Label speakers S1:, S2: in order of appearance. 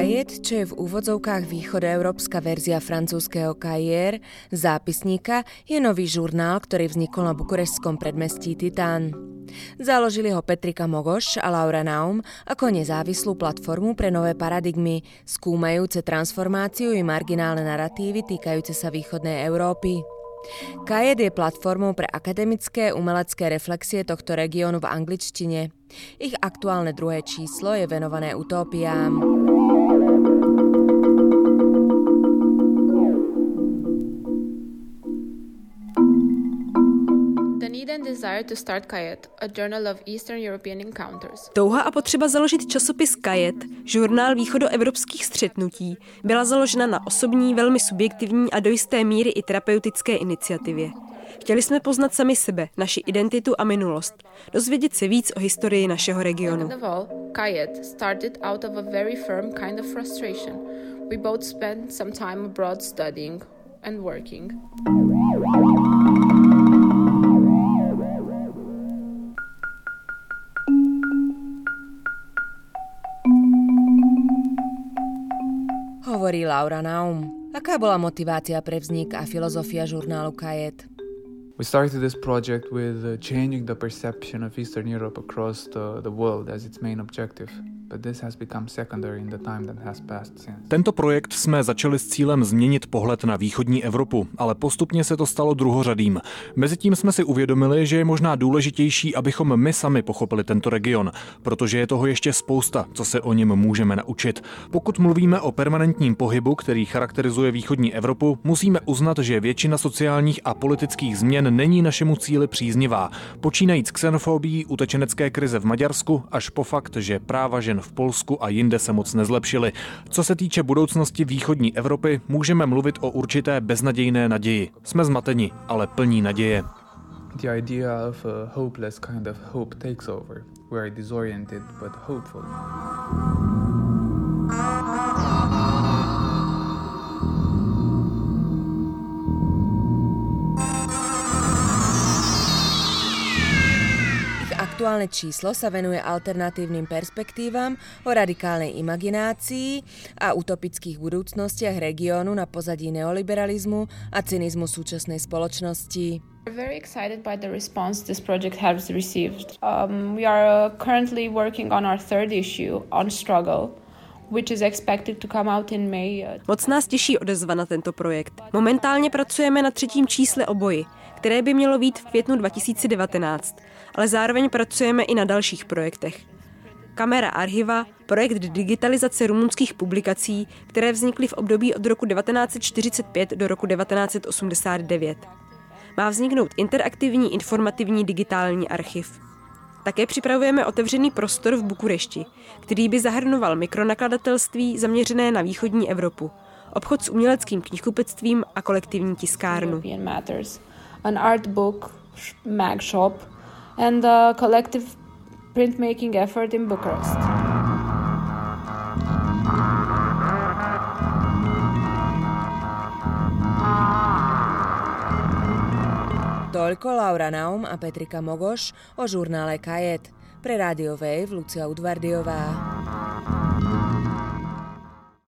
S1: Kajet, čo je v úvodzovkách východoeurópska verzia francúzskeho Cahiers, zápisníka, je nový žurnál, ktorý vznikol na bukureštskom predmestí Titán. Založili ho Petrika Mogoš a Laura Naum ako nezávislú platformu pre nové paradigmy, skúmajúce transformáciu i marginálne naratívy týkajúce sa východnej Európy. Kajet je platformou pre akademické umelecké reflexie tohto regiónu v angličtine. Ich aktuálne druhé číslo je venované utópiám.
S2: Touha a potřeba založit časopis Kajet, žurnál východoevropských střetnutí, byla založena na osobní, velmi subjektivní a do jisté míry i terapeutické iniciativě. Chtěli jsme poznat sami sebe, naši identitu a minulost, dozvědět se víc o historii našeho regionu.
S3: Kajet started out of a very firm kind of frustration. We both spent some time abroad studying and working.
S1: Hovorí Laura Naum. Aká bola motivácia pre vznik a filozofia žurnálu Kajet?
S4: We started this project with changing the perception of Eastern Europe across the world as its main objective. But this has become secondary in the time that has passed since.
S5: Tento projekt jsme začali s cílem změnit pohled na východní Evropu, ale postupně se to stalo druhořadým. Mezitím jsme si uvědomili, že je možná důležitější, abychom my sami pochopili tento region, protože je toho ještě spousta, co se o něm můžeme naučit. Pokud mluvíme o permanentním pohybu, který charakterizuje východní Evropu, musíme uznat, že většina sociálních a politických změn není našemu cíli příznivá. Počínajíc xenofobií, utečenecké krize v Maďarsku až po fakt, že práva žen v Polsku a jinde se moc nezlepšily. Co se týče budoucnosti východní Evropy, můžeme mluvit o určité beznadějné naději. Jsme zmateni, ale plní naděje.
S4: The idea of a hopeless kind of hope takes over. We are disoriented but hopeful.
S1: Aktuálne číslo sa venuje alternatívnym perspektívam, o radikálnej imaginácii a utopických budúcnostiach regiónu na pozadí neoliberalizmu a cynizmu súčasnej spoločnosti.
S3: We're very excited by the response this project has received. We are currently working on our third issue on struggle, which is expected to come out in May.
S2: Moc nás těší odezva na tento projekt. Momentálně pracujeme na třetím čísle o boji, které by mělo být v květnu 2019, ale zároveň pracujeme i na dalších projektech. Kamera Archiva, projekt digitalizace rumunských publikací, které vznikly v období od roku 1945 do roku 1989. Má vzniknout interaktivní informativní digitální archiv. Také připravujeme otevřený prostor v Bukurešti, který by zahrnoval mikronakladatelství zaměřené na východní Evropu, obchod s uměleckým knihkupectvím a kolektivní tiskárnu.
S3: An art book mag shop and a collective printmaking effort in Bucharest.
S1: Toľko Laura Naum a Petrika Mogoš o žurnále Kajet. Pre Rádio Wave Lucia Udvardiová.